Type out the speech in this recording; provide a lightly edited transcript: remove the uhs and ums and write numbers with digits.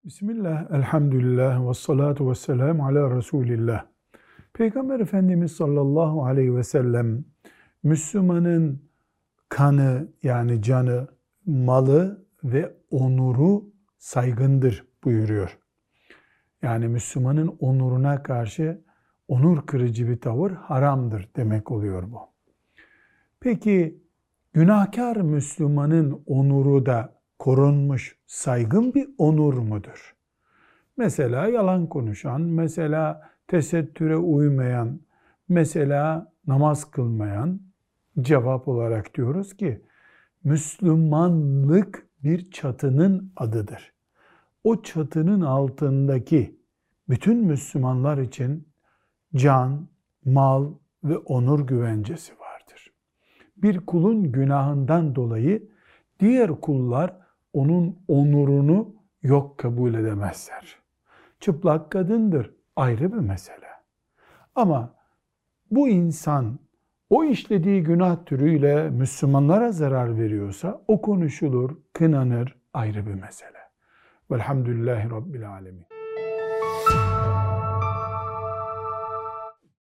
Bismillah, elhamdülillah, ve salatu ve selamu ala Resulillah. Peygamber Efendimiz sallallahu aleyhi ve sellem, Müslümanın kanı yani canı, malı ve onuru saygındır buyuruyor. Yani Müslümanın onuruna karşı onur kırıcı bir tavır haramdır demek oluyor bu. Peki günahkar Müslümanın onuru da korunmuş saygın bir onur mudur? Mesela yalan konuşan, mesela tesettüre uymayan, mesela namaz kılmayan, cevap olarak diyoruz ki Müslümanlık bir çatının adıdır. O çatının altındaki bütün Müslümanlar için can, mal ve onur güvencesi vardır. Bir kulun günahından dolayı diğer kullar onun onurunu yok kabul edemezler. Çıplak kadındır, ayrı bir mesele. Ama bu insan o işlediği günah türüyle Müslümanlara zarar veriyorsa o konuşulur, kınanır, ayrı bir mesele. Velhamdülillahi Rabbil Alemin.